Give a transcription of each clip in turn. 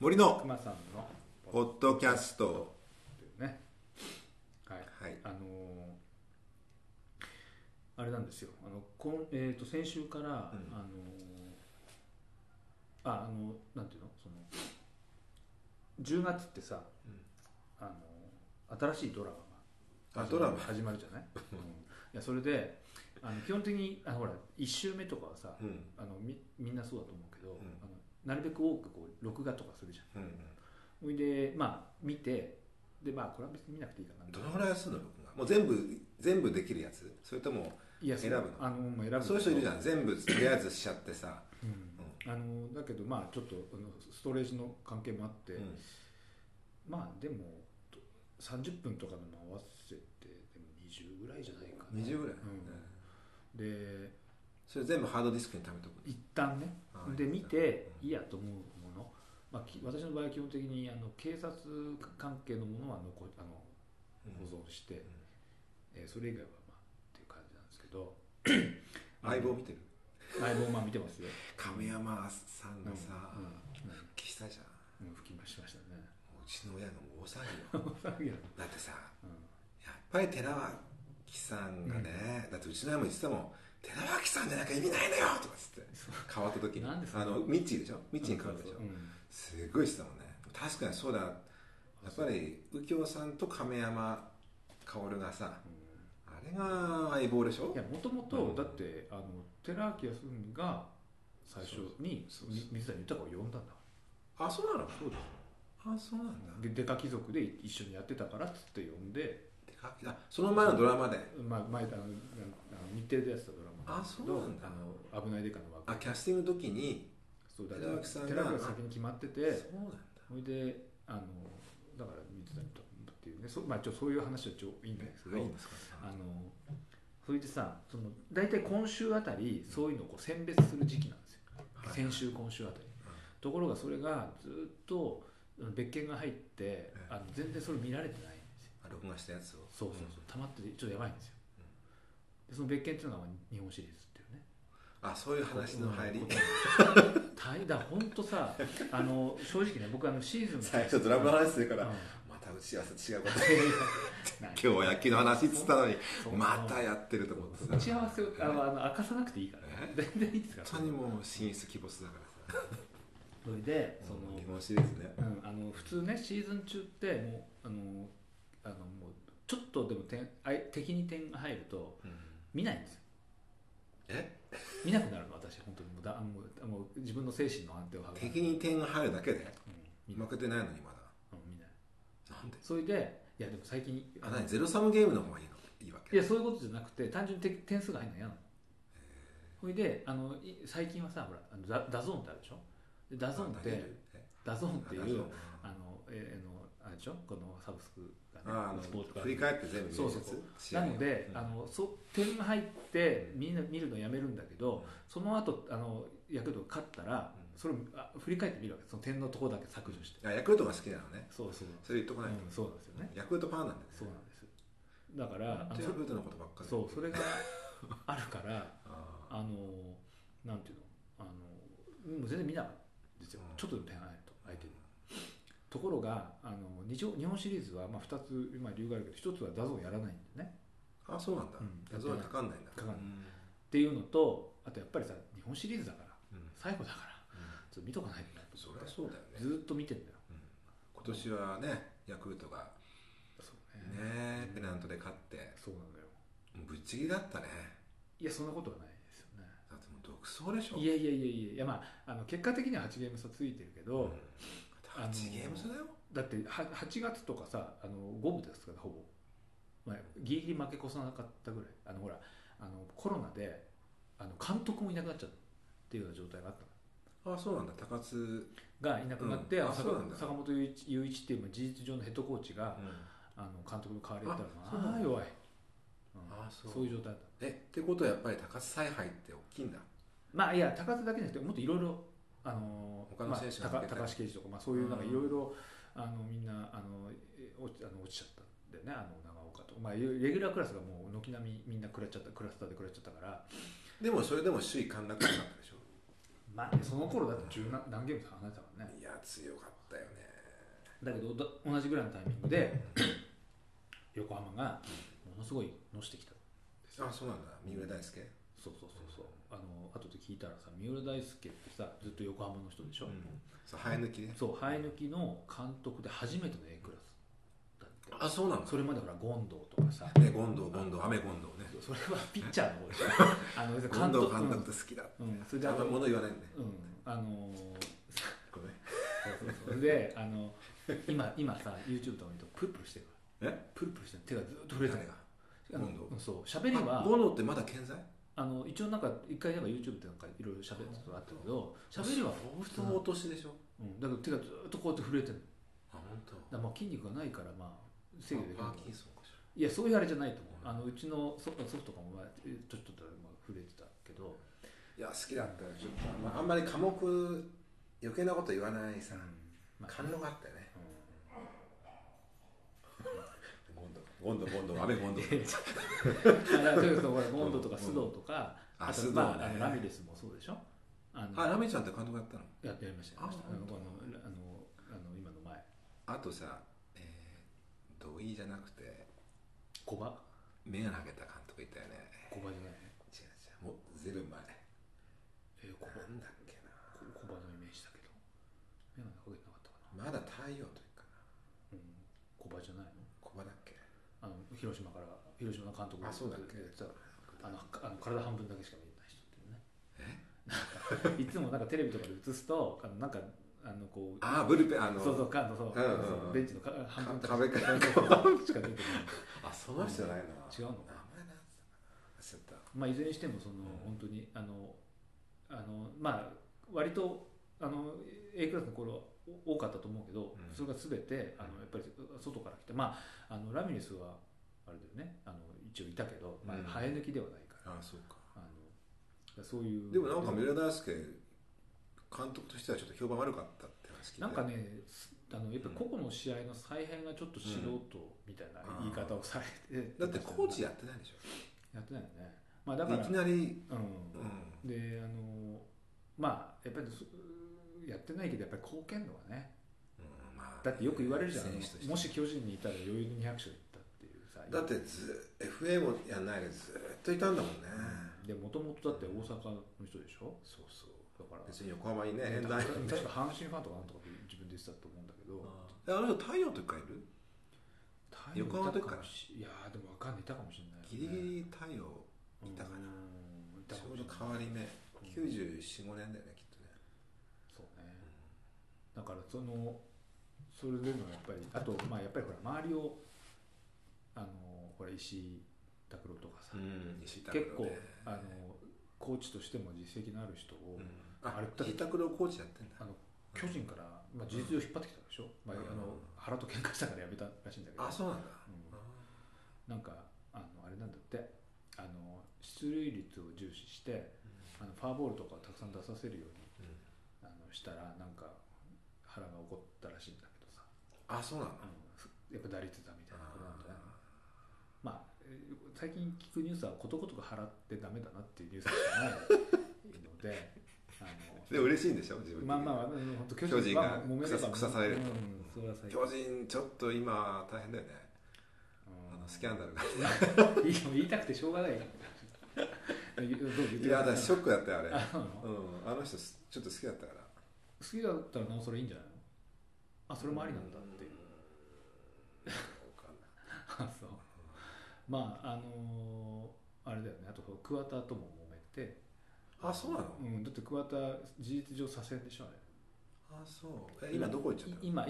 森の熊さんのポッドキャストね、はい、 はい、 あれなんですよ。先週から、なんていうの、10月ってさ、新しいドラマが始まるじゃない。いやそれで基本的にほら1週目とかはさ、みんなそうだと思うけど、なるべく多くこう録画とかするじゃん。それで見て、でこれは別に見なくていいかな。 どのぐらいするの？録画もう全部できるやつ？それとも選ぶの？ 選ぶ。 そういう人いるじゃん。全部とりあえずしちゃってさ、 だけどちょっとストレージの関係もあって、でも30分とかでも合わせてでも20ぐらいじゃないかな。 20ぐらい、 でそれ全部ハードディスクに貯めとく。 一旦ね、で見ていいやと思うもの、私の場合は基本的に警察関係のものは保存して、それ以外はっていう感じなんですけど相棒見てる？ 相棒見てますよ。 亀山さんがさ、復帰したじゃん。 復帰しましたね。 うちの親がもう大騒ぎよだってさ、やっぱり寺脇さんがね、だってうちの親も言ってたもん、寺脇さんじゃなきゃ意味ないのよとかっつって変わった時にミッチーでしょ、ミッチーに変わったでしょ、すごいしてたもんね。確かにそうだ、やっぱり右京さんと亀山薫がさ、あれが相棒でしょ。 いやもともとだって寺脇康文が最初に水谷豊を呼んだんだから。 あ、そうなの？ そうです。 あ、そうなんだ。 でデカ貴族で一緒にやってたからっつって呼んで、 その前のドラマで前日テレでやってたドラマ。 あ、そうなんだ。 危ないデカの枠。キャスティングの時に寺脇さんが先に決まってて、 そうなんだ。 それでだから水谷とっていうね、そういう話はいいんですけど、それでさ、大体今週あたりそういうのをこう選別する時期なんですよ、先週今週あたり。ところがそれがずっと別件が入って、全然それ見られてないんですよ。 録画したやつを。 そう溜まっててちょっとやばいんですよ。でその別件っていうのが日本シリーズっていうね。 あ、そういう話の入り。 だ本当さ、正直ね、僕シーズン最初ドラムの話するから、また打ち合わせ違うこと今日は野球の話っつったのにまたやってると思ってさ、 打ち合わせを明かさなくていいから、全然いいですから。 本当にもう進出鬼没だからさ。 それで日本シリーズね、 普通ねシーズン中ってもうもうちょっとでも敵に点が入ると見ないんですよ。見なくなるの私本当にもう自分の精神の安定を図る。 敵に点が入るだけで、負けてないのにまだ、 見ない。 なんで？ それでいやでも最近ゼロサムゲームの方がいいわけ？ いやそういうことじゃなくて、単純に点数が入るの嫌なの。それで最近はさ、ほらダゾーンってあるでしょ。ダゾーンっていうあれでしょ、このサブスクがね、スポーツ振り返って全部見るやつ。 なので点が入ってみんな見るのやめるんだけど、その後ヤクルトが勝ったらそれを振り返って見るわけ。その点のところだけ削除して。 ヤクルトが好きなのね。 それ言っとかないと。 そうなんですよね。 ヤクルトファンなんで。 そうなんです。だからヤクルトのことばっかり。 それがあるからなんていうの、もう全然見なかったですよ。ちょっとでも点が入ると相手に。ところが日本シリーズは2つ理由があるけど、1つはダゾーンやらないんだよね。 あ、そうなんだ。ダゾーンかかんないんだ。 かかんないっていうのと、あとやっぱりさ、日本シリーズだから、最後だからちょっと見とかないとね。 そりゃそうだよね。 ずっと見てんだよ。 今年はね、ヤクルトがねペナントで勝って、 そうなんだよ。 ぶっちぎりだったね。 いやそんなことはないですよね。 だってもう独走でしょ。 いや結果的には8ゲーム差ついてるけど、 8ゲーム差だよ。 だって8月とかさ、五分ですからほぼ、ギリギリ負け越さなかったぐらい。ほらコロナで監督もいなくなっちゃったっていうような状態があったの。 あ、そうなんだ。高津がいなくなって、坂本雄一っていう事実上のヘッドコーチが、監督の代わりだったら弱い、そういう状態だった。 ってことはやっぱり高津采配って大きいんだ。 いや高津だけじゃなくてもっといろいろ他の選手高橋奎二とか、そういうなんかいろいろみんな落ちちゃったんだよね、長岡と。レギュラークラスがもう軒並みみんなクラスターで食らっちゃったから。 でもそれでも首位陥落なかったでしょ。 まあね、その頃だって何ゲームか離れてたからね。 いや強かったよね。 だけど同じぐらいのタイミングで横浜がものすごいのしてきた。 あ、そうなんだ。三浦大輔。 そう後で聞いたらさ、三浦大輔ってさずっと横浜の人でしょ、 そう生え抜きね。 そう生え抜きの監督で初めての A クラスだって。 あ、そうなの。 それまでほら権藤とかさ、 ね、権藤雨権藤ね。 それはピッチャーの方でしょ権藤監督って好きだ。 それであんま物言わないんで。 ごめん。そうで今さ YouTube とか見るとプルプルしてるから。プルプルしてる、手がずっと震えてる。そう喋りは権藤ってまだ健在？ 一応なんか一回なんか YouTube ってなんかいろいろ喋ることがあったけど、喋りは普通のお年でしょ。 だけど手がずっとこうやって震えてる。 あ、本当。 だからまあ筋肉がないからまあ制御できない。 パーキンソンかしら。 いやそういうあれじゃないと思う。うちの祖父とかもちょっと震えてたけど。 いや好きだったよ。ちょっとあんまり科目余計なこと言わないさ、感動があったよね。権藤雨権藤。 権藤とか須藤とか、あとまあラミレスもそうでしょ。 ラミちゃんって監督やったの？ やりました。今の前。 あとさ、土井じゃなくて小葉。 目が投げた監督いたよね。 小葉じゃない。 違うもうずいぶん前。なんだっけな。 小葉のイメージだけど。目が投げてなかったかな。まだ太陽というかな。 小葉じゃないの？ 小葉だっけ。 広島の監督がそうだっけ。 体半分だけしか見えない人っていうね。いつもなんかテレビとかで映すとなんかこうブルペンそうベンチの半分壁からしか出てない。 その人じゃないな。 違うの？ 名前なんつった。 まあいずれにしても本当にまあ割とA クラスの頃多かったと思うけど、それが全てやっぱり外から来て、まあラミレスはあれだよね、一応いたけど、まあ生え抜きではないから。 そうか。 そういう。 でもなんか三浦大輔監督としてはちょっと評判悪かったって話聞いて。 なんかねやっぱ個々の試合の再編がちょっと素人みたいな言い方をされて、 だってコーチやってないでしょ。 やってないよね。まあだからいきなりでまあやっぱりやってないけどやっぱり貢献度がね、だってよく言われるじゃん、もし巨人にいたら余裕で200勝いったっていうさ。 だってFA もやんないでずっといたんだもんね。 でもともとだって大阪の人でしょ。そうだから別に横浜にね、 確か阪神ファンとかなんとか自分で言ってたと思うんだけど。 人太陽とかいる？横浜とか。 いやでも分かんない、いたかもしれない。 ギリギリ太陽いたかな。ちょうど変わり目94、5年だよねきっとね。 そうね。だからそれでのやっぱりあとまあやっぱりほら周りをほら石井拓郎とかさ、結構コーチとしても実績のある人を、 石井拓郎コーチやってんだ。 巨人から、まあ、事実上引っ張ってきたでしょ。原と喧嘩したからやめたらしいんだけど。 そうなんだ。 なんかあれなんだって、出塁率を重視して、ファーボールとかをたくさん出させるように、したらなんか原が怒ったらしいんだけどさ。 そうなの。 やっぱ打率だみたいなことなんじゃない。まあ最近聞くニュースはことごとく払ってダメだなっていうニュースしかないのでで嬉しいんでしょ自分。 まあ本当巨人が腐されると。巨人ちょっと今大変だよね。スキャンダルが言いたくてしょうがない。 いやだショックだったよあれ。あの人ちょっと好きだったから。 好きだったらなおそれいいんじゃないの？それもありなんだっていう。そう。まああれだよね。あと桑田とも揉めて。 そうなの？ だって桑田事実上左遷でしょあれ。 そう。今どこ行っちゃったの？ 今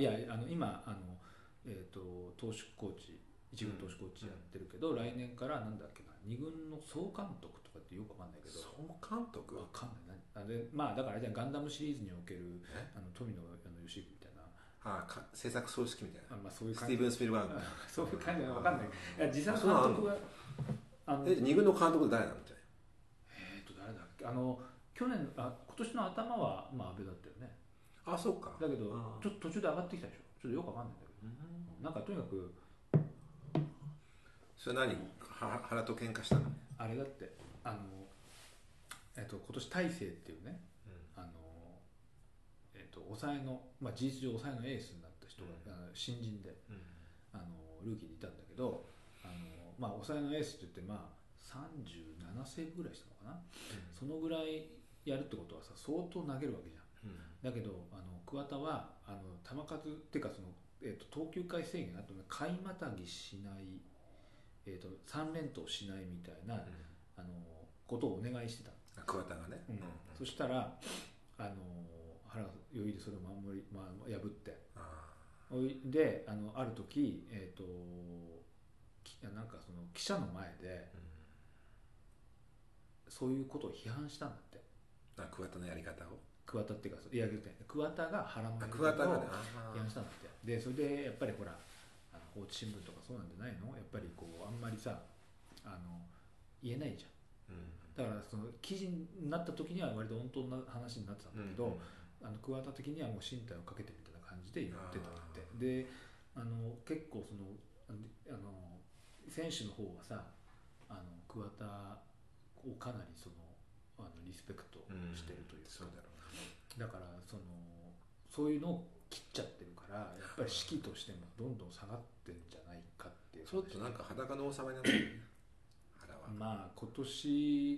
投手コーチ、一軍投手コーチやってるけど、来年からなんだっけな、二軍の総監督とかってよくわかんないけど。 総監督？ わかんない。でまあだからじゃガンダムシリーズにおける富野義行みたいな。 制作組織みたいな。 そういうスティーブン・スピルバーグ。 そういう感じはわかんない。実際監督は二軍の監督誰なのみたいな。 誰だっけ。去年今年の頭はまあ安倍だったよね。 そうか。 だけどちょっと途中で上がってきたでしょ。ちょっとよくわかんないんだけど。なんかとにかく。 それ何？原と喧嘩したの？ あれだって今年大勢っていうね、 抑えの、事実上抑えのエースになった人が、新人で、ルーキーでいたんだけど、抑えのエースって言って37セーブぐらいしたのかな、そのぐらいやるってことはさ相当投げるわけじゃん、だけど桑田は球数っていうか投球回制限あと回またぎしない、3連投しないみたいな、ことをお願いしてた桑田がね、 そしたら原余裕でそれを守り、破ってである時、なんかその記者の前で、そういうことを批判したんだって。 桑田のやり方を桑田っていうか桑田が原のやり方を批判したんだって。でそれでやっぱりほら報知新聞とかそうなんじゃないの、やっぱりこうあんまりさ言えないじゃん、だからその記事になった時には割と本当な話になってたんだけど、桑田的にはもう身体をかけてみたいな感じで言ってたって。で結構その選手の方はさ桑田をかなりそのリスペクトしてるというか、だからそういうのを切っちゃってるからやっぱり士気としてもどんどん下がってんじゃないかっていう。 ちょっとなんか裸の王様になってるね原は。 今年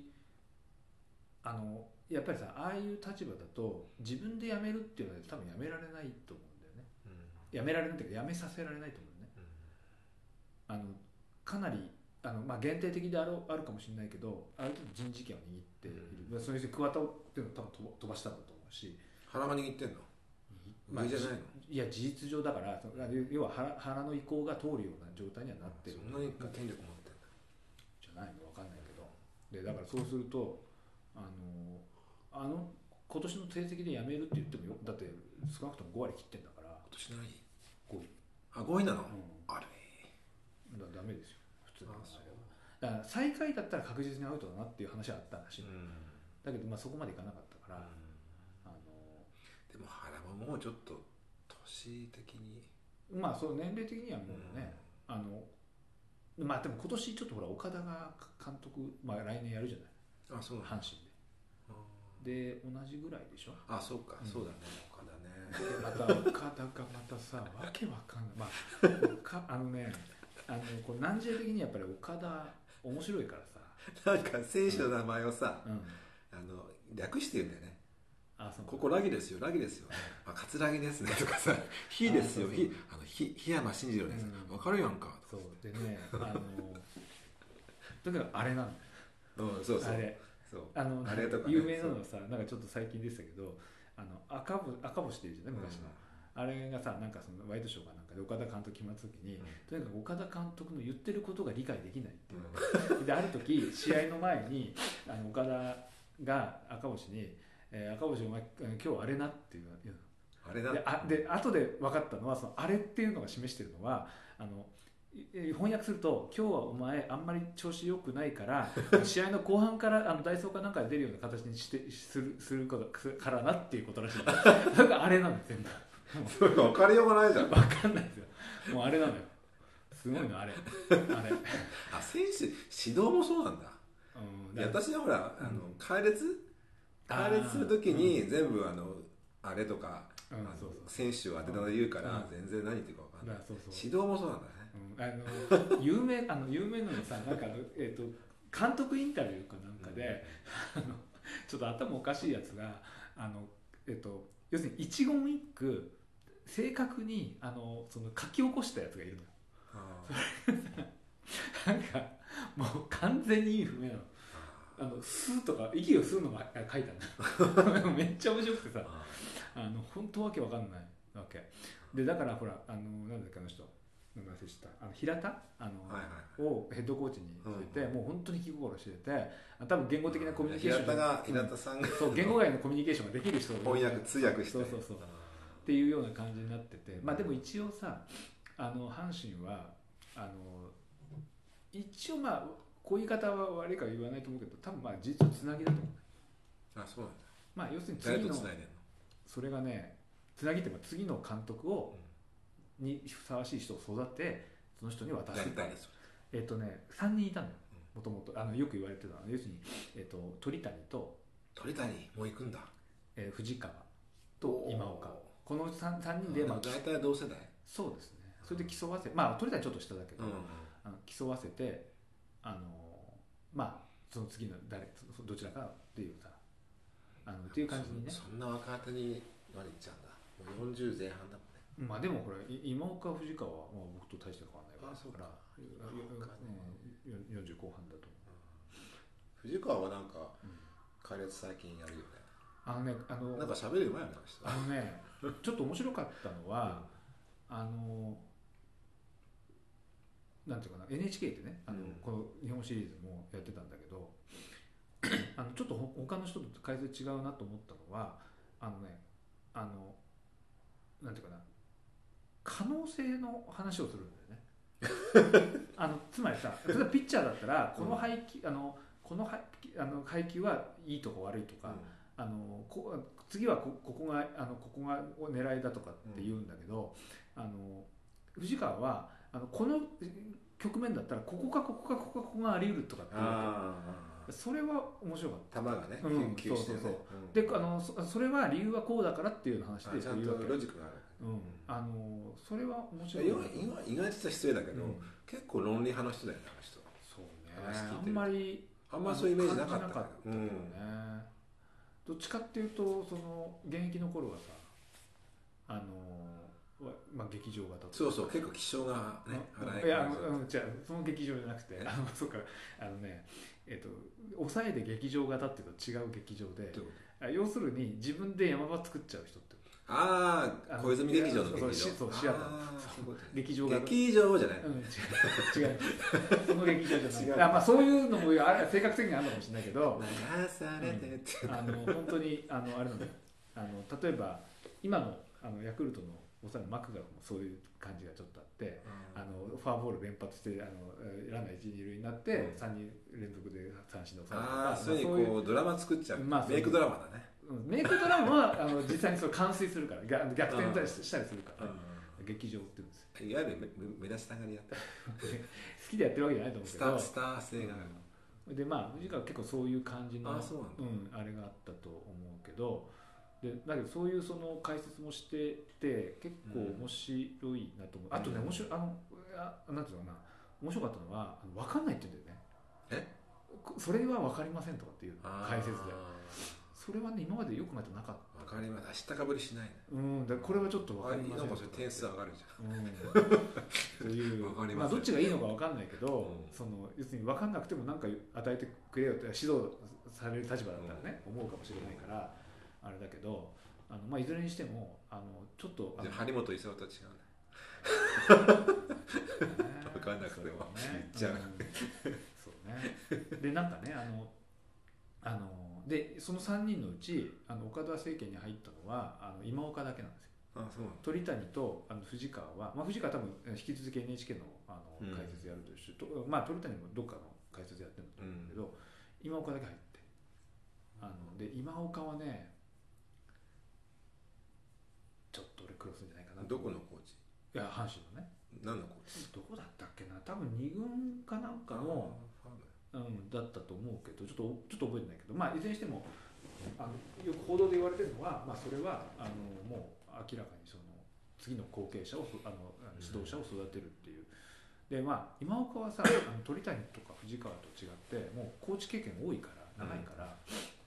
やっぱりさああいう立場だと自分で辞めるっていうのは多分辞められないと思うんだよね、辞められないっていうか辞めさせられないと思うね、かなり限定的であるかもしれないけどある程度人事権を握っている、それで桑田っていうのを多分飛ばしたんだと思うし。 原が握ってんの？上じゃないの？ いや事実上だから要は原の意向が通るような状態にはなってる。 そんなに権力持ってんだじゃないの分かんないけど、でだからそうすると今年の成績で辞めるって言ってもよ、だって少なくとも5割切ってんだから。 今年何位 ？5位。 5位なの？あれダメですよ普通の話は。だから最下位だったら確実にアウトだなっていう話はあったらしい、だけどそこまでいかなかったから、 でも原ももうちょっと年的にそう年齢的にはもうね、でも今年ちょっとほら岡田が監督、来年やるじゃない。 そう阪神で同じぐらいでしょ。 そうか、そうだね岡田ね。 また岡田がまたさわけわかんない。これ南西的にやっぱり岡田面白いからさ、なんか選手の名前をさ、略して言うんだよね。ここラギですよ、ラギですよ、桂木ですねとかさ、火ですよ、檜山慎二郎です、分かるやんか。 そうでね、とにかくあれなんだよ。 そうあれとか有名なのはさ、なんかちょっと最近でしたけど、赤星っていうじゃない昔の。あれがさ、なんかそのワイドショーかなんかで岡田監督決まった時に、とにかく岡田監督の言ってることが理解できないっていう、である時試合の前に岡田が赤星に赤星お前今日あれなっていうあれだで後で分かったのはそのあれっていうのが示してるのは翻訳すると今日はお前あんまり調子良くないから試合の後半からダイソーかなんかで出るような形にするからなっていうことらしい。だからあれなんです全部。 それ分かりようがないじゃん。 分かんないですよ。もうあれなのよ。すごいのあれ。 選手指導もそうなんだ。私はほら解列するときに全部あれとか選手を当てたので言うから全然何言ってるか分かんない。指導もそうなんだね。 有名なのさ、なんか監督インタビューかなんかでちょっと頭おかしいやつが要するに一言一句正確にその書き起こしたやつがいるのよ。なんかもう完全に意味不明なの。吸うとか息を吸うのが書いたんだめっちゃ面白くてさ、本当わけわかんないわけで、だからほらなんだっけ人名前忘れした平田をヘッドコーチに据えて、もう本当に気心してて、多分言語的なコミュニケーション平田さんがそう言語外のコミュニケーションができる人翻訳通訳してそうっていうような感じになってて、でも一応さ阪神は一応こういう言い方は悪いから言わないと思うけど、多分事実つなぎだと思う。 そうなんだ。 要するに次の誰とつないでんの？ それがね、つなぎっていうか次の監督にふさわしい人を育てその人に渡す。3人いたのよもともと。よく言われてたのは要するに鳥谷もう行くんだ。藤川と今岡、この 3人で、 大体同世代。 そうですね。それで競わせ、まあ鳥谷ちょっと下だけど、競わせてまあその次のどちらかっていうさっていう感じにね。 そんな若手にまでいっちゃうんだ。もう40前半だもんね。 まあでもこれ今岡藤川は、まあ、僕と大して変わらないから40後半だと思う。 藤川はなんか開列最近やるよね。 なんか喋る前よね。ちょっと面白かったのは、なんていうかな、 NHK ってねこの日本シリーズもやってたんだけどちょっと他の人と解説違うなと思ったのはなんていうかな、可能性の話をするんだよねつまりさ、例えばピッチャーだったらこの配球、この配球はいいとか悪いとか、次はここが狙いだとかって言うんだけど、藤川はこの局面だったらここがあり得るとかっていうわけ。それは面白かった。 球がね、 そうそうそう。でそれは理由はこうだからっていう話でちゃんとロジックがある。 それは面白い。 意外と失礼だけど、結構論理派の人だよね、あの人。 そうね。あんまりそういうイメージなかったけどね。どっちかっていうとその現役の頃はさまあ、劇場型とかそう結構気性がね、 いやじゃあその劇場じゃなくてそうか抑えで劇場型っていうと違う劇場で、要するに自分で山場作っちゃう人って。 小泉劇場の劇場。 そうシアター劇場型。 劇場じゃない。 違うその劇場じゃない。まあそういうのも性格的にあるのかもしれないけど、 流されてって本当にあれなのよ。例えば今のヤクルトの抑えのマクガフもそういう感じがちょっとあって、フォアボール連発してランナー一二塁になって3人連続で三振で抑えるとか、 そういうこうドラマ作っちゃう、メイクドラマだね。 メイクドラマは実際にそれ完遂するから逆転したりするから、劇場って言うんですよ。 いわゆる目立ちたがりやった好きでやってるわけじゃないと思うけど、 スター性がある。 でまあ藤川は結構そういう感じのあれがあったと思うけど、だけどそういうその解説もしてて結構面白いなと思う。あとね、面白いなんていうのかな、面白かったのは分かんないって言うんだよね。それは分かりませんとかっていう解説で。それはね今までよくまでなかった。 分かります。知ったかぶりしないね。 だこれはちょっと分かりません。 なんかそれ点数上がるじゃん。 ん。 というまあどっちがいいのか分かんないけど、その要するに分かんなくても何か与えてくれよって指導される立場だったらね、思うかもしれないからあれだけど、まあいずれにしてもちょっと張本勲と違うね。分かんなくても言っちゃう。 そうね。でなんかねでその3人のうち岡田政権に入ったのは今岡だけなんですよ。鳥谷と藤川は、まあ、藤川は多分引き続き NHK の解説やるというし、まあ、鳥谷もどっかの解説やってるんだと思うけど、今岡だけ入ってで今岡はねちょっと俺苦労するんじゃないかな。 どこのコーチ？ いや阪神のね。 何のコーチ？ どこだったっけな、多分2軍かなんかのだったと思うけどちょっと覚えてないけど、まあいずれにしてもよく報道で言われてるのは、まあ、それはもう明らかにその次の後継者を指導者を育てるっていう。でまあ今岡はさ鳥谷とか藤川と違ってもうコーチ経験多いから長いから、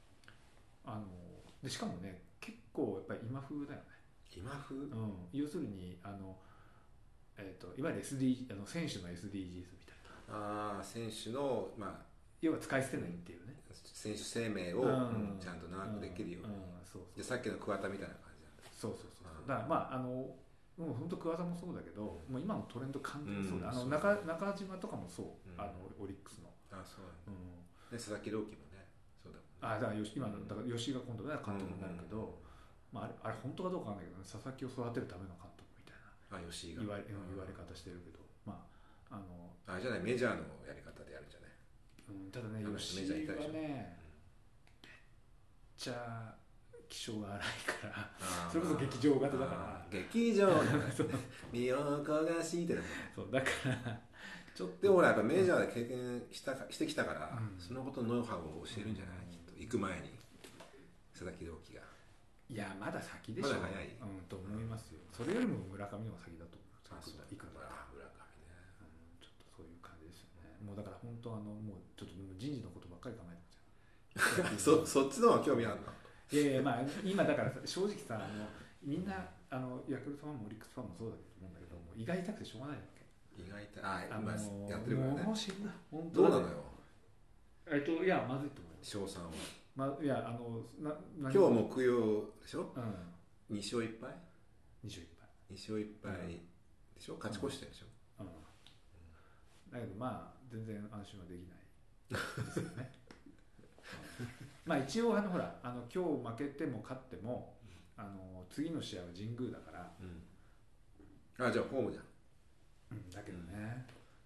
でしかもね結構やっぱり今風だよね。 今風？ 要するにいわゆる 選手の SDGs みたいな。 選手のまあ要は使い捨てないっていうね。 選手生命をちゃんと長くできるように。でさっきの桑田みたいな感じなんだ。 そうだからまあもう本当桑田もそうだけど、もう今のトレンド完全にそうだ。中島とかもそう、オリックスの。 そうで佐々木朗希もねそうだもんね。 だから今だから吉井が今度ね監督になるけど、まああれ本当かどうかわかんないけどね、佐々木を育てるための監督みたいな吉井が言われ方してるけど、まあじゃないメジャーのやり方でやるんじゃない？ ただね吉井はねめっちゃ気性が荒いからそれこそ劇場型だから劇場身を焦がしてる。 そうだからちょっとでもやっぱメジャーで経験してきたから、そのことのノウハウを教えるんじゃない？きっと行く前に佐々木朗希がいやまだ先でしょ。 まだ早い、 と思いますよ。それよりも村上の方が先だと思う。いくら村上ね、 ちょっとそういう感じですよね。もうだから本当もうちょっと人事のことばっかり考えてますよ。 そっちの方が興味あるの？ いやいや、まあ今だから正直さみんなヤクルトファンもオリックスファンもそうだと思うんだけども、胃が痛くてしょうがないわけ。 意外と今やってるからね。 もう死んだ本ど当うなのよ。 いやまずいと思います。 賞賛は。 いや今日木曜でしょ。2勝1敗。 2勝1敗でしょ。勝ち越してるでしょ。 だけどまあ全然安心はできないですよね。まあ一応ほら今日負けても勝っても次の試合は神宮だから、 じゃあホームじゃん。 だけどね、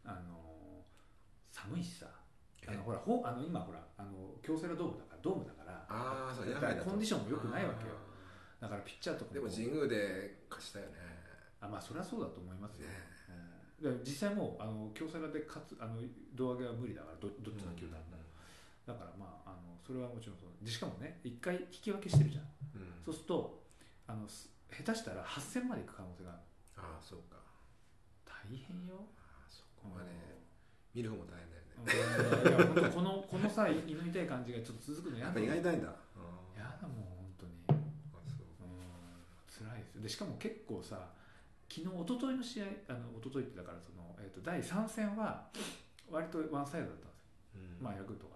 寒いしさ、ほら今ほら京セラドームだからそうコンディションも良くないわけよ。だからピッチャーとかでも神宮で勝ちたよね。 まあそれはそうだと思いますよ。実際もう京セラで勝つ胴上げは無理だから、どっちの球団も。だからまあそれはもちろんそうで、しかもね1回引き分けしてるじゃん。そうすると下手したら8戦までいく可能性がある。 そうか。 大変よ。 そこまで見る方も大変だよね。 いや本当このさ胃の痛い感じがちょっと続くのやだ。 やっぱ胃が痛いんだ。 やだもん本当に。辛いですよ。でしかも結構さ、昨日一昨日の試合一昨日ってだから第3戦は割とワンサイドだったんですよ。まあヤクルトが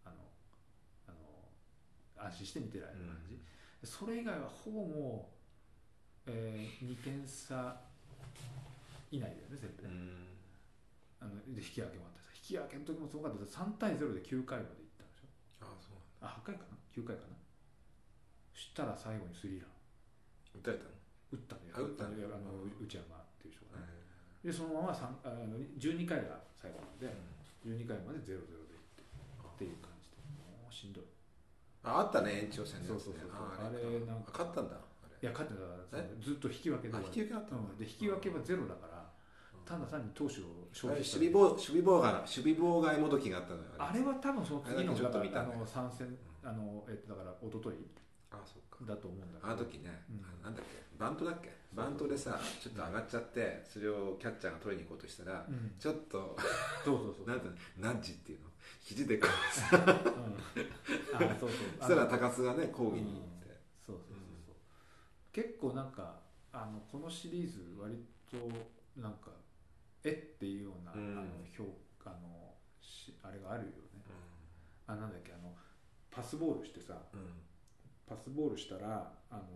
安心して見てられる感じ。それ以外はほぼもう、2点差以内だよね全部ね。で引き分けもあってさ、引き分けの時もすごかった。3対0で9回までいったんでしょ。 そうなんだ。 8回かな9回かな。そしたら最後にスリーラン打たれたの？ 打ったのよ。内山っていう人がね。でそのまま12回が最後なんで、12回まで 0-0 でいってっていう感じで、もうしんどい。 あったね、延長戦で。 そうあれなんか勝ったんだ。 いや勝ってた。ずっと引き分けで引き分けだったの。 で引き分けはゼロだから、ただ単に投手を消費した。 守備妨害もどきがあったのよ。 あれは多分その次のちょっと見た参戦だから一昨日だと思うんだけど。 あの時ね、なんだっけ、バントだっけ、バントでさちょっと上がっちゃって、それをキャッチャーが取りに行こうとしたら、ちょっとなんてナッジっていうの、肘でこうさ、そしたら高須がね抗議に行って、 結構なんかこのシリーズ割となんかっていうような評価あれがあるよね。なんだっけパスボールしてさ、パスボールしたら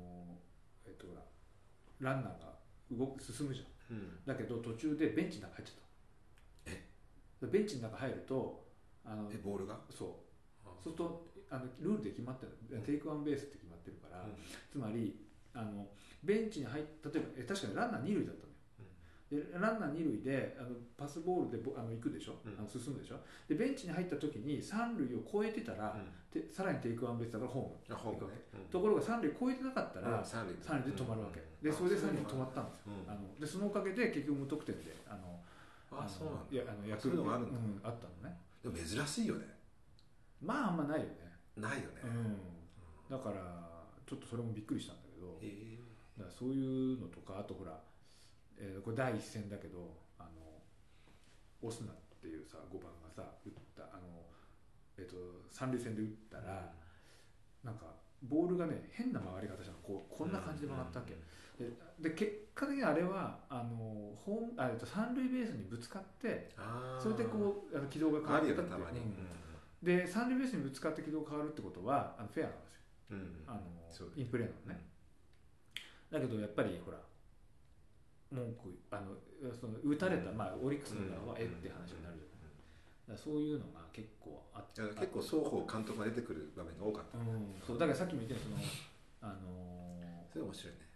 ランナーが進むじゃん。だけど途中でベンチの中入っちゃった。ベンチの中入るとボールがそうするとルールで決まってる、テイクワンベースって決まってるから、つまりベンチに例えば確かにランナー2塁だったのよ。でランナー2塁でパスボールで行くでしょ、進むでしょ。でベンチに入った時に3塁を越えてたら、さらにテイクワンベースだからホーム行くわけ。ところが3塁越えてなかったら3塁で止まるわけで、それで3塁止まったんですよ。でそのおかげで結局無得点でヤクルトがあったのね。 でも珍しいよね。 まああんまないよね。 ないよね。 だからちょっとそれもびっくりしたんだけど、だからそういうのとか、あとほら、これ第一戦だけどオスナっていうさ5番がさ打った三塁線で打ったら、なんかボールがね変な曲がり方したの。こんな感じで曲がったわけ。で結果的にあれは三塁ベースにぶつかって、それでこう軌道が変わったっていう。で三塁ベースにぶつかって軌道が変わるってことはフェアなんですよ。インプレーなのね。だけどやっぱりほら文句その打たれた、オリックスの側はって話になるじゃない。そういうのが結構あって、 結構双方監督が出てくる場面が多かった。 そうだからさっきも言ったようにそれ面白いね。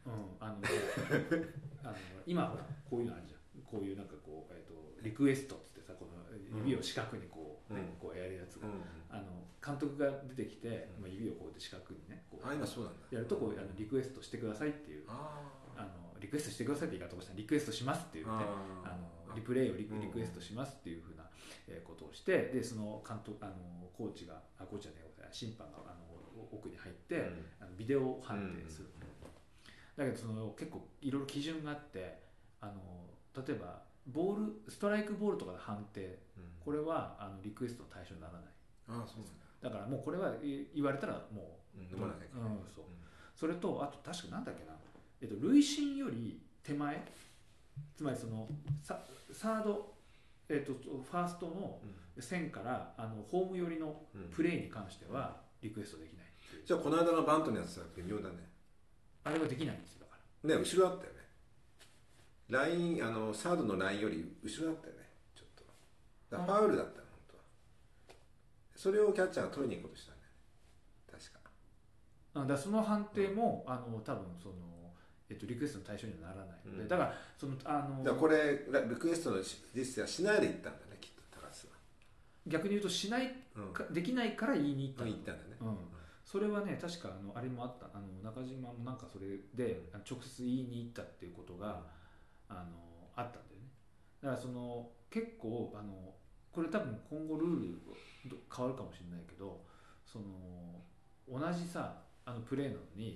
今ほらこういうのあるじゃん。こういうなんかこうリクエストっつってさ、この指を四角にこうやるやつが、監督が出てきて、指をこうやって四角にね今そうなんだ。 やるとこうリクエストしてくださいっていう、リクエストしてくださいって言い方をしたらリクエストしますって言って、リプレイをリクエストしますっていうふうなことをして、でその監督コーチじゃねえ審判が奥に入って、ビデオ判定する、だけど結構いろいろ基準があって、例えばストライクボールとかの判定、これはリクエストの対象にならない。 そうなんだ。 だからもうこれは言われたらもう飲まなきゃいけない。 それとあと確かなんだっけな、塁審より手前、つまりサード、ファーストの線からホーム寄りのプレーに関してはリクエストできない。 じゃあこの間のバントのやつは微妙だね。あれはできないんですよ。だからね、後ろだったよね。ラインサードのラインより後ろだったよね、ちょっと。だからファウルだったの、本当は。それをキャッチャーが取りに行こうとしたんだよね、確か。 だその判定も多分リクエストの対象にはならないので、だからだからこれリクエストの実際はしないで行ったんだね、きっと高橋は。 逆に言うとしないできないから言いに行ったんだね。 それはね、確かあれもあった。中島もなんかそれで直接言いに行ったっていうことがあったんだよね。だから結構これ多分今後ルール変わるかもしれないけど、同じさプレーなのに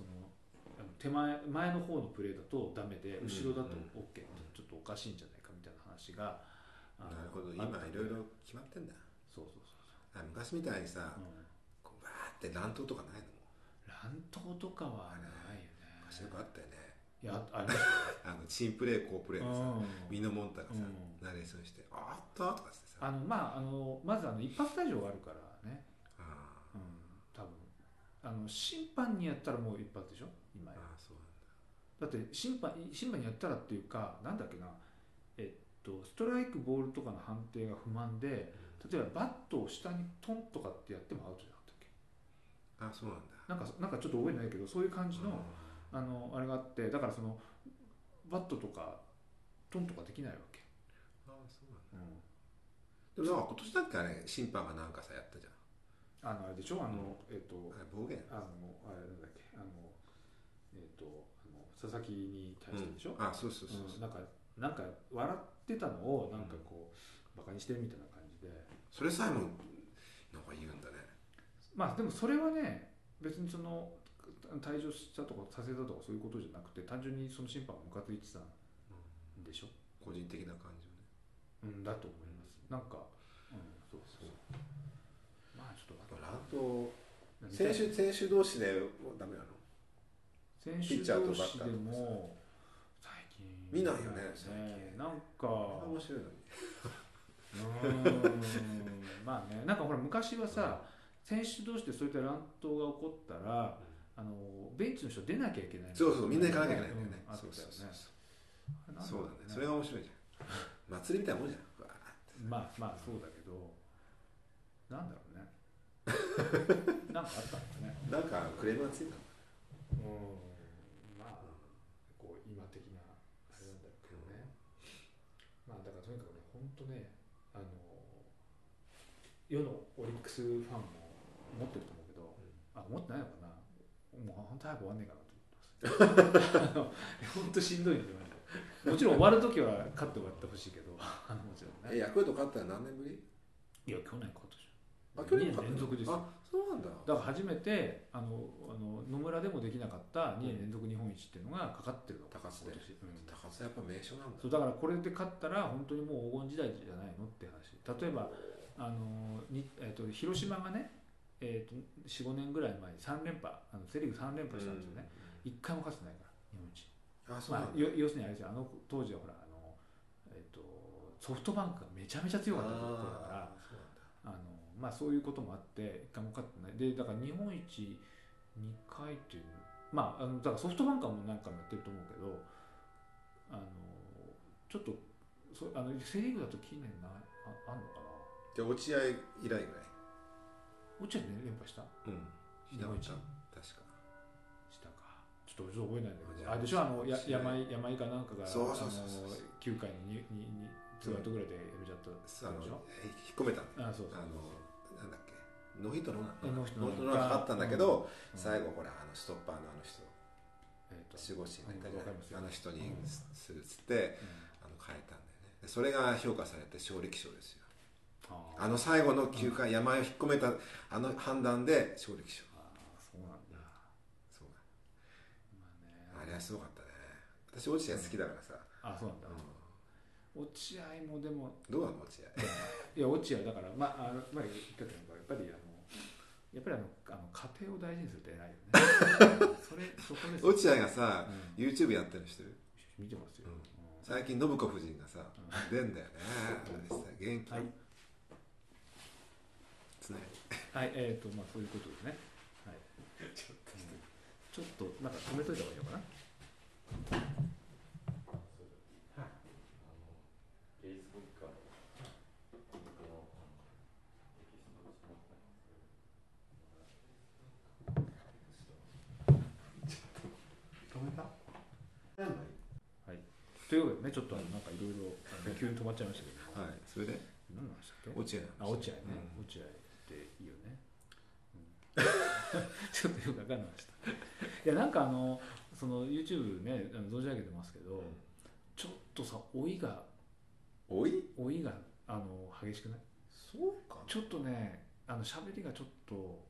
前の方のプレーだとダメで後ろだと OK ってちょっとおかしいんじゃないかみたいな話が、 なるほど、今いろいろ決まってんだ。 そう昔みたいにさ、こうバーって乱闘とかないの？ 乱闘とかはないよね。 昔よくあったよね。 いや、ありましたよ。チームプレー、好プレーでさ、ミノモンタがさ、ナレーションして、あったとかってさ。 まず一発退場があるからね。多分審判にやったらもう一発でしょ今や。 そうなんだ。 だって審判にやったらっていうか、なんだっけな、ストライクボールとかの判定が不満で、例えばバットを下にトンとかってやってもアウトじゃなかったっけ。 そうなんだ。 なんかちょっと覚えないけど、そういう感じのあれがあって、だからバットとかトンとかできないわけ。 そうなんだ。でもなんか今年だっけね、審判がなんかさやったじゃん。 あれでしょ、 暴言。 あれなんだっけ、佐々木に対してでしょ。 そう。 なんか笑ってたのをなんかこうバカにしてるみたいな感じで。 それさえもなんか言うんだね。 でもそれはね、別に退場したとかさせたとかそういうことじゃなくて、単純にその審判がムカついてたんでしょ。 個人的な感情ね。 だと思います。なんかそう。ちょっと乱闘、選手同士でダメなの？ 選手同士でも最近見ないよね。最近なんか面白いのに。 なんかほら昔はさ、選手同士でそういった乱闘が起こったら、ベンチの人出なきゃいけない。 みんな行かなきゃいけないんだよね。 そうだね。 そうだね。それが面白いじゃん。祭りみたいなもんじゃん。 そうだけど、なんだろうね。なんかあったんだね。 なんかクレームがついたの。 こう今的なあれなんだけどね。だからとにかくね、本当ね、世のオリックスファンも思ってると思うけど、思ってないのかな。もう本当早く終わんねえかなと思ってます。本当しんどいんで、もちろん終わるときは勝って終わってほしいけど、もちろんね。 ヤクルト勝ったら何年ぶり？ いや、去年勝ったじゃん。 去年 2年連続ですよ。 そうなんだ。 だから初めて野村でもできなかった2年連続日本一っていうのがかかってるの。 高津で。高津やっぱ名所なんだ。 そうだからこれで勝ったら本当にもう黄金時代じゃないのって話。例えば広島がね、4,5 年ぐらい前に3連覇、セ・リーグ3連覇したんですよね。1回も勝ってないから日本一。要するにあれですよ、当時はほらソフトバンクがめちゃめちゃ強かったところだから、そういうこともあって1回も勝ってない。でだから日本一2回っていう、だからソフトバンクはもう何回もやってると思うけど、ちょっとセ・リーグだと近年あんのかな。 じゃあ落合以来ぐらい。 落合で連覇した？日本一確かしたか。ちょっと覚えないんだけど、あれでしょ、山井かなんかが9回に2アウトぐらいでやめちゃったでしょ。 引っ込めたんだよ。なんだっけ、ノーヒットノーランがあったんだけど、最後ほらストッパーの人、守護神あの人にするっつって変えたんだよね。それが評価されて勝力賞ですよ。最後の9回山井を引っ込めた判断で勝力賞。 れはすごかったね。私落合好きだからさ。 あ、そうなんだ、落合もでもどうなの落合いや落合だからまあ言ったけどやっぱり家庭を大事にするって偉いよねそこです。 落合がさ、YouTube やってるの知ってる？ 見てますよ、 最近信子夫人がさ、出んだよね。元気。はい。つながり。はい、まあそういうことですね。はい。ちょっとなんか止めといた方がいいのかな。はい。ということでね、ちょっとなんかいろいろ急に止まっちゃいましたけど。 はい。それで何の話だっけ？ 落合。 落合ね。落合っていいよね。ちょっとよくわかんないました。いやなんかその YouTube ね存じ上げてますけど、ちょっとさ老いが激しくない？ そうか。 ちょっとね喋りがちょっと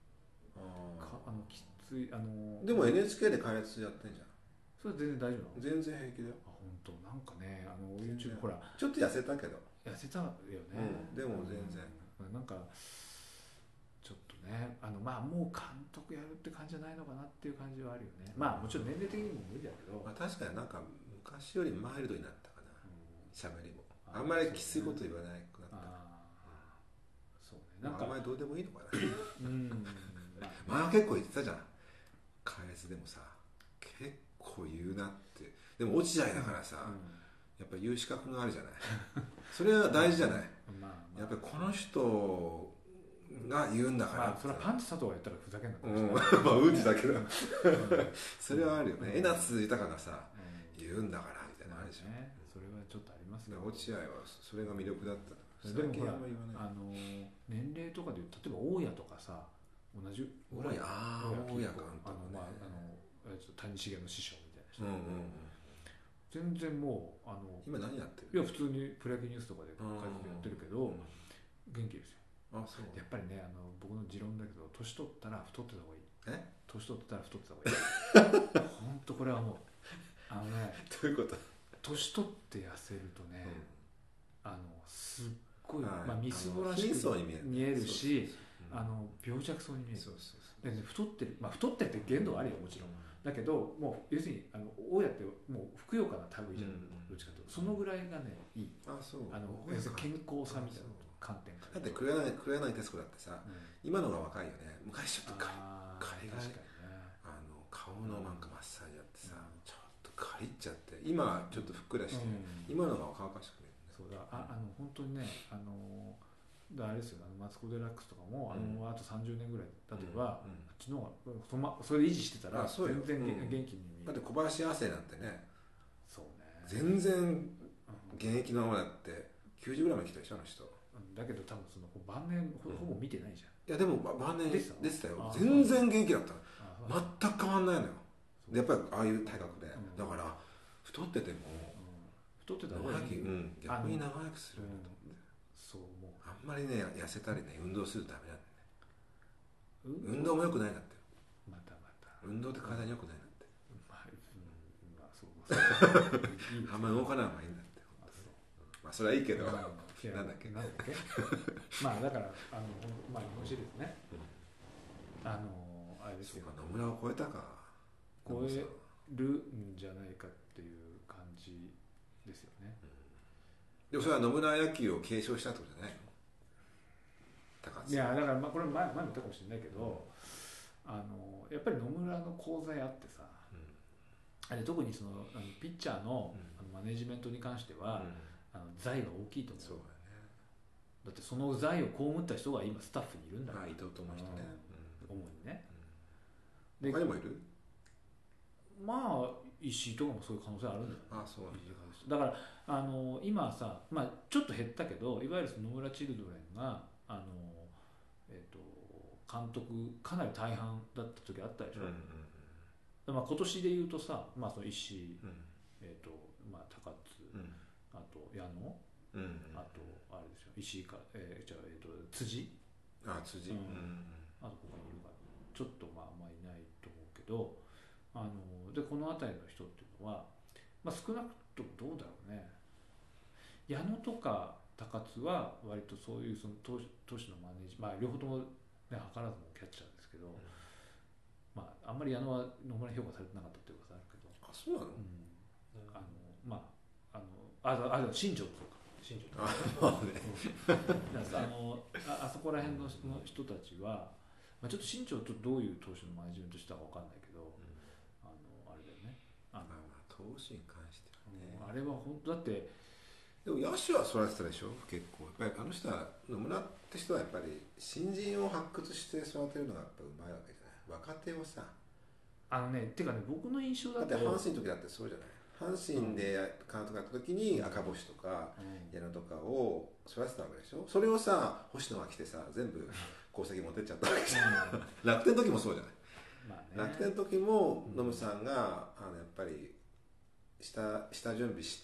きついでも NHK で開発やってんじゃん。 それ全然大丈夫なの？ 全然平気だよ。 あ、本当なんかねYouTube ほらちょっと痩せたけど。 痩せたよね。 でも全然。 なんかちょっとねまあもう監督やるって感じじゃないのかなっていう感じはあるよね。まあもちろん年齢的にも無理だけど。 まあ確かになんか昔よりマイルドになったかな。喋りも。あんまりきついこと言わなくなった。 そうね。なんかあんまりどうでもいいのかな。 まあ結構言ってたじゃん。開発でもさ結構言うなって。でも落合だからさ、やっぱ言う資格があるじゃない。それは大事じゃない。やっぱりこの人が言うんだから。 それはパンチ佐藤がやったらふざけんなまあうんちだけどそれはあるよね。江夏豊がさ言うんだからみたいなのあるでしょ。 それはちょっとありますけど。 落合はそれが魅力だった。 でもほら年齢とかで例えば大家とかさ同じ大家監督谷繁の師匠みたいな人全然もう今何やってる？ いや普通にプロ野球ニュースとかで解説やってるけど元気ですよ。 そうやっぱりね僕の持論だけど年取ったら太ってた方がいい。年取ったら太ってた方がいい。本当これはもうどういうこと？ 年取って痩せるとねすっごいみすぼらしく見えるし病弱そうに見える。太ってる太ってるって限度はあるよもちろん。だけどもう要するに大家ってもうふくよかな類じゃん。どっちかというとそのぐらいがねいい。健康さみたいな観点から。 だって黒柳徹子だってさ今のが若いよね。昔ちょっと仮が顔のなんかマッサージやってさちょっとカリっちゃって今ちょっとふっくらして今のが若々しく見えるね。 そうだ本当にねあれですよマツコ・デラックスとかもあと30年ぐらい経てばあっちのそれで維持してたら全然元気に見える。 だって小林亜生なんてねそうね全然現役のままだって90ぐらいまで来たでしょあの人。 だけど多分その晩年ほぼ見てないじゃん。 いやでも晩年出てたよ。全然元気だったの。全く変わんないのよ。でやっぱりああいう体格でだから太ってても太ってたら逆に長生きするんだと思って。 そうもうあんまりね痩せたりね運動するとダメなんだよね。運動も良くないんだって。 また運動って体に良くないんだって。 あんまり動かない方がいいんだって。まあそれはいいけどなんだっけまあだからまあ日本シリーズねあれですよ。 野村を超えたか。 超えるんじゃないかっていう感じですよね。 でもそれは野村野球を継承したってことじゃないの？ いやだからこれ前も言ったかもしれないけどやっぱり野村の功罪あってさ特にそのピッチャーのマネジメントに関しては財が大きいと思う。 そうだね。 だってその財を被った人が今スタッフにいるんだから。 伊藤智人ね主にね。 他にもいる？ まあ石井とかもそういう可能性あるんだよね。 そうだから今さちょっと減ったけどいわゆるその野村チルドレンが監督かなり大半だった時あったでしょ。今年で言うとさその石井高津あと矢野あとあれですよ石井か辻辻あと他にいるかちょっとあんまりいないと思うけどでこの辺りの人っていうのは、まあ、少なくともどうだろうね、矢野とか高津は割とそういうその投手のマネージ、まあ両方とも、ね、図らずもキャッチャーですけど、まあ、あんまり矢野は野村評価されてなかったっていうことあるけど、 あ、そうなの、 まあ新庄もそうか、新庄とかあそこら辺の人たちは、まあ、ちょっと新庄とどういう投手のマネジメントしたか分かんないけど、あれだよね、 投手に関してはね、 あれは本当だって。 でも野手は育てたでしょ結構。やっぱりあの人は、野村って人はやっぱり新人を発掘して育てるのがやっぱうまいわけじゃない。若手をさ、 てかね、僕の印象だとだって阪神の時だってそうじゃない。阪神で監督やった時に赤星とか矢野とかを育てたわけでしょ。それをさ、星野が来てさ、全部功績持ってっちゃったわけじゃん楽天の時もそうじゃない、まあね、楽天の時も野村さんがやっぱり下準備して、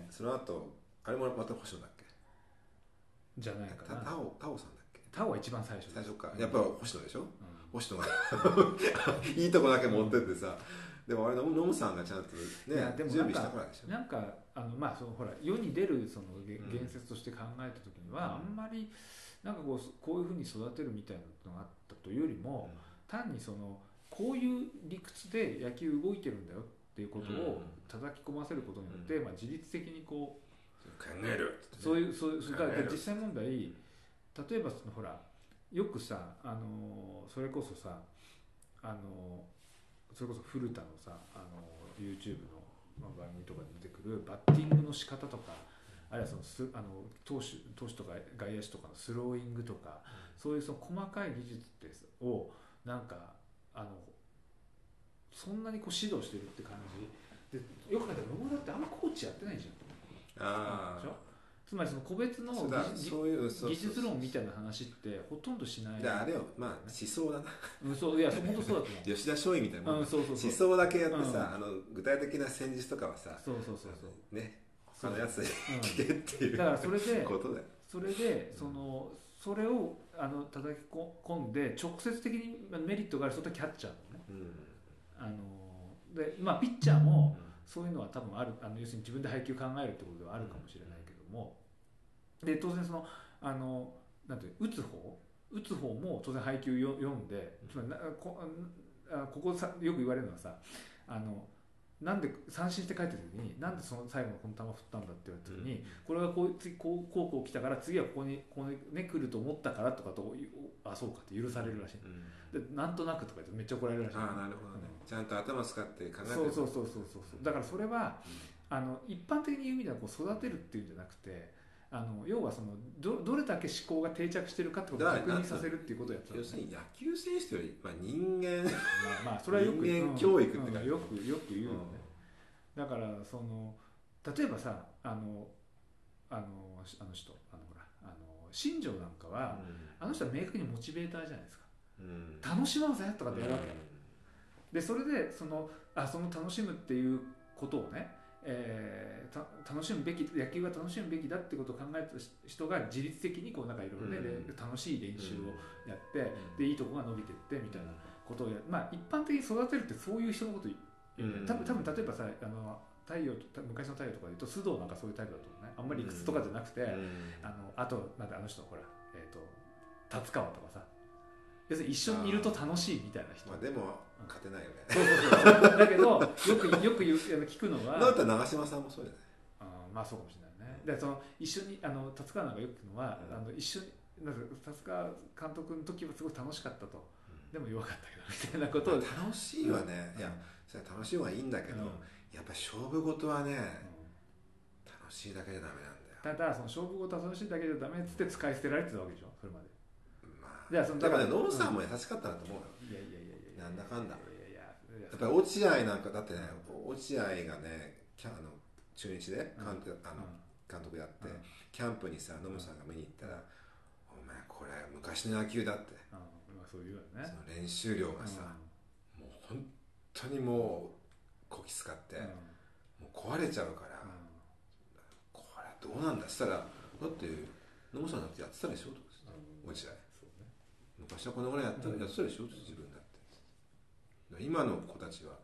その後あれもまた星野だっけじゃないかな、 タオさんだっけ。 タオは一番最初か、やっぱ星野でしょ、星野がいいとこだけ持ってってさ、でもあれノムさんがちゃんとね準備したからでしょ。 なんかまあそのほら世に出るその言説として考えた時には、あんまりなんかこういうふうに育てるみたいなのがあったというよりも、単にそのこういう理屈で野球動いてるんだよっていうことを叩き込ませることによって、まあ自律的にこう考える、 そうだから実際問題、例えばそのほらよくさ、それこそさ、それこそ古田のさ、YouTube の番組とかで出てくるバッティングの仕方とか、あるいはその投手とか外野手とかのスローイングとか、そういうその細かい技術をなんかそんなにこう指導してるって感じで、よく考えたら野村ってあんまコーチやってないじゃん。でしょ。つまりその個別の技術論みたいな話ってほとんどしない。 あれよ、まあ思想だな。 そう、いや本当そうだと思う。 吉田松陰みたいなもん。思想だけやってさ、具体的な戦術とかはさ、ね、他のやつで聞けっていう。 だからそれでことだよ。 それを叩き込んで直接的にメリットがある人とキャッチャーのね。でまあピッチャーもそういうのは多分ある、要するに自分で配球考えるってことではあるかもしれないけども、で当然そのなんて打つ方も当然配球読んで、つまりここさよく言われるのはさ、なんで三振して帰ってる時になんでその最後のこの球振ったんだって言われた時に、これは次こう来たから次はここにね来ると思ったからとかと、あそうかって許されるらしい、でなんとなくとか言ってめっちゃ怒られるらしい。 ああなるほどね、ちゃんと頭使って考えてる。 そうだからそれは、一般的に言う意味ではこう育てるっていうんじゃなくて、要はそのどれだけ思考が定着してるかってことを確認させるっていうことをやってた、ね、 要するに野球選手というより、人間まあそれはよく人間教育って感じ、 よく言うよね、だからその例えばさあの人ほら新庄なんかは、あの人は明確にモチベーターじゃないですか、楽しもうぜとかってやるわけ、でそれでその楽しむっていうことをね、楽しむべき、野球が楽しむべきだってことを考えた人が自律的にこうなんかいろいろね、楽しい練習をやって、でいいとこが伸びていってみたいなことをまあ一般的に育てるってそういう人のこと言う、多分例えばさ昔の太陽とかで言うと須藤なんかそういうタイプだと思うね。あんまり理屈とかじゃなくて、あとなんで人ほら達川とかさ、要するに一緒にいると楽しいみたいな人。 まあでも勝てないよね。 そうだけどよく聞くのは。 だったら長嶋さんもそうじゃない。 まあそうかもしれないね。でその一緒に達川なんかよく聞くのは、一緒に達川監督の時はすごい楽しかったと。でも弱かったけどみたいなことを。 楽しいはね、いやそれは楽しいのはいいんだけど、やっぱ勝負事はね、楽しいだけじゃダメなんだよ。 ただその勝負事は楽しいだけじゃダメっつって使い捨てられてたわけでしょ、それまで。 だからノブさんも優しかったなと思うよ。なんだかんだ。やっぱり落合なんかだってね、落合がね中日で監督やって、キャンプにさノブさんが見に行ったら、お前これ昔の野球だって、 そういうよね。 その練習量がさ、もう本当にもうこき使って、もう壊れちゃうから、これどうなんだっつったら、だってノブさんだってやってたでしょとか落合。昔はこのぐらいやってたでしょ自分だって。今の子たちはもう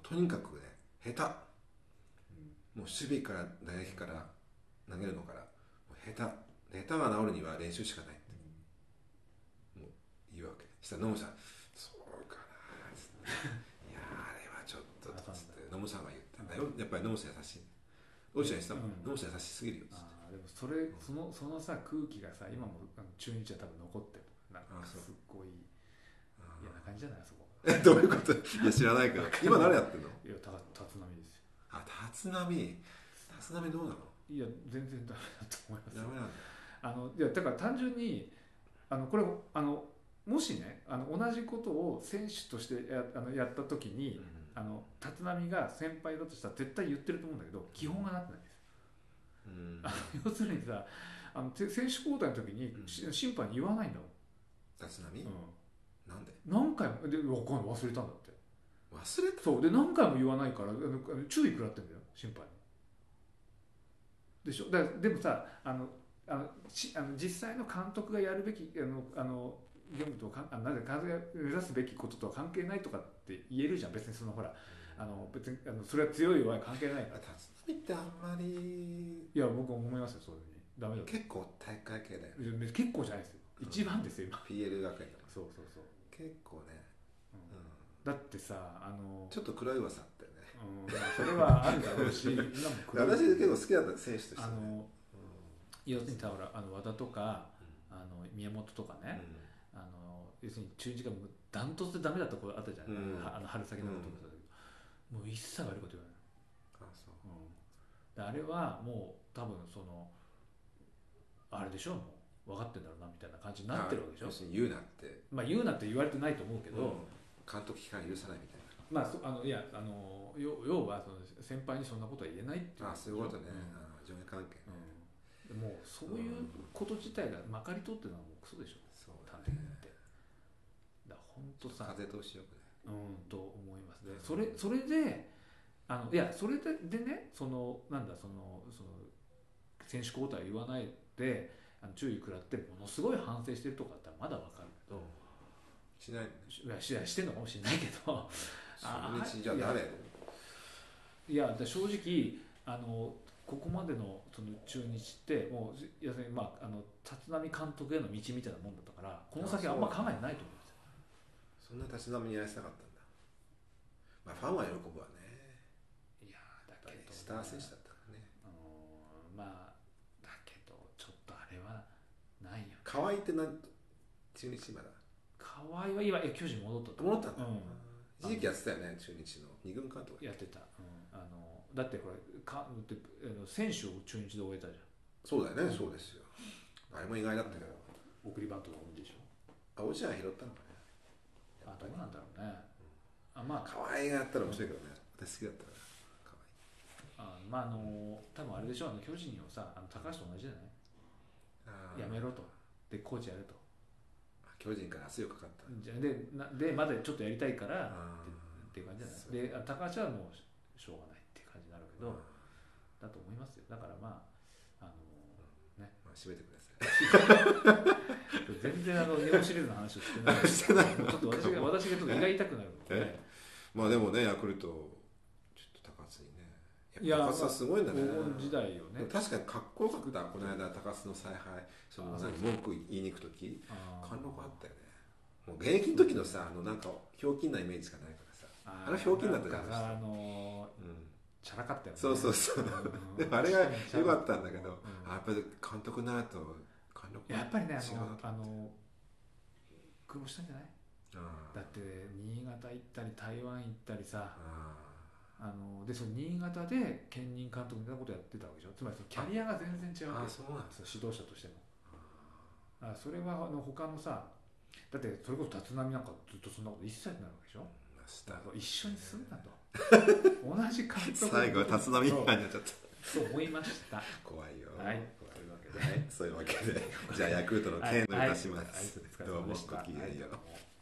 とにかくね下手、もう守備から打撃から投げるのからもう下手が治るには練習しかないって、もう言うわけ。したら野茂さんそうかなっつっていやあれはちょっとっつって野茂さんが言ったんだよ。やっぱり野茂さん優しい、どうしたら言ってたもん、野茂さん優しすぎるよっつって。 でもそのさ空気がさ今も中日は多分残ってる。なんかすっごい嫌な感じじゃない、あそこ。 どういうこと？いや知らないけど今誰やってんの？ いや立浪ですよ。 立浪どうなの？ いや全然ダメだと思います。 ダメなんだ。 いやだから単純にこれもしね同じことを選手としてやった時に、立浪が先輩だとしたら絶対言ってると思うんだけど、基本がなってないです。要するにさ選手交代の時に審判に言わないんだもん立浪、なんで何回もで分かんない、忘れたんだって。 忘れた？ そうで何回も言わないから注意食らってんだよ審判に。でしょ。でもさ実際の監督がやるべき業務となぜ監督が目指すべきこととは関係ないとかって言えるじゃん。別にそのほら別にそれは強い弱い関係ないから。 立浪ってあんまり。 いや僕は思いますよ、そういうふうに。ダメだ。 結構大会系だよ。 結構じゃないですよ、一番ですよ今。 PL 学園だから。 そう結構ね、 だってさちょっと黒い噂あったよね。 それはあるだろうし今も私結構好きだった選手としてね。 要するにさほら和田とか宮本とかね、要するに中日がダントツでダメだった子あったじゃない、春先のこともそうだけど、もう一切悪いこと言わない。あれはもう多分あれでしょ、もう分かってんだろうなみたいな感じになってるわけでしょ。 要するに言うなって、 言うなって言われてないと思うけど、 監督期間許さないみたいな。 いや要は先輩にそんなことは言えないっていう。 そういうことね、上下関係、 もうそういうこと自体がまかり通ってるのはもうクソでしょ。 そうだね。だから本当さ風通しよくね。 と思いますね。それでいやそれでねなんだ選手交代を言わないで注意食らってものすごい反省してるとかだったらまだわかるけど、 しないのしてんのかもしれないけど初日じゃあ誰？ いや正直ここまでの中日ってもう要するに立浪監督への道みたいなもんだったからこの先あんま考えてないと思うんですよ。 そんな立浪にやらせたかったんだ。ファンは喜ぶわね。 いやだけどスター選手だったからね。 だけどちょっとあれはないよね。 河合って中日まだ？ 河合は今巨人戻ったんだ。一時期やってたよね、中日の二軍監督やってた。だってこれ選手を中日で終えたじゃん。 そうだよね、そうですよ。あれも意外だったけど。 送りバントが多いでしょ。 落合拾ったのかね。 どうなんだろうね。 河合がやったら面白いけどね。私好きだったから河合。多分あれでしょ、巨人をさ高橋と同じじゃない。やめろとでコーチやると。 巨人から圧力かかった。 でまだちょっとやりたいからっていう感じじゃない。で高橋はもうしょうがないっていう感じになるけど、だと思いますよ。だから締めてください。 全然日本シリーズの話をしてないしてない。 ちょっと私がちょっと胃が痛くなるので。 でもね、ヤクルトちょっと高津にね。高津はすごいんだね。 黄金時代よね。 確かにかっこよかった。この間高津の采配文句言いに行く時貫禄あったよね。もう現役の時のさなんかひょうきんなイメージしかないからさ。あれひょうきんだったじゃないですか。 チャラかったよね。 そうでもあれが良かったんだけど、やっぱり監督になると貫禄やっぱりね苦労したんじゃない？だって新潟行ったり台湾行ったりさ、でその新潟で兼任監督みたいなことやってたわけでしょ。つまりキャリアが全然違うわけ。 そうなんですよ。 指導者としても。それは他のさ、だってそれこそ立浪なんかずっとそんなこと一切になるわけでしょ。一緒にすんなと。同じ監督。 最後は立浪になっちゃった。 そう思いました。 怖いよ。 はい。 そういうわけで、じゃあヤクルトの件を出します。どうもごきげんよう。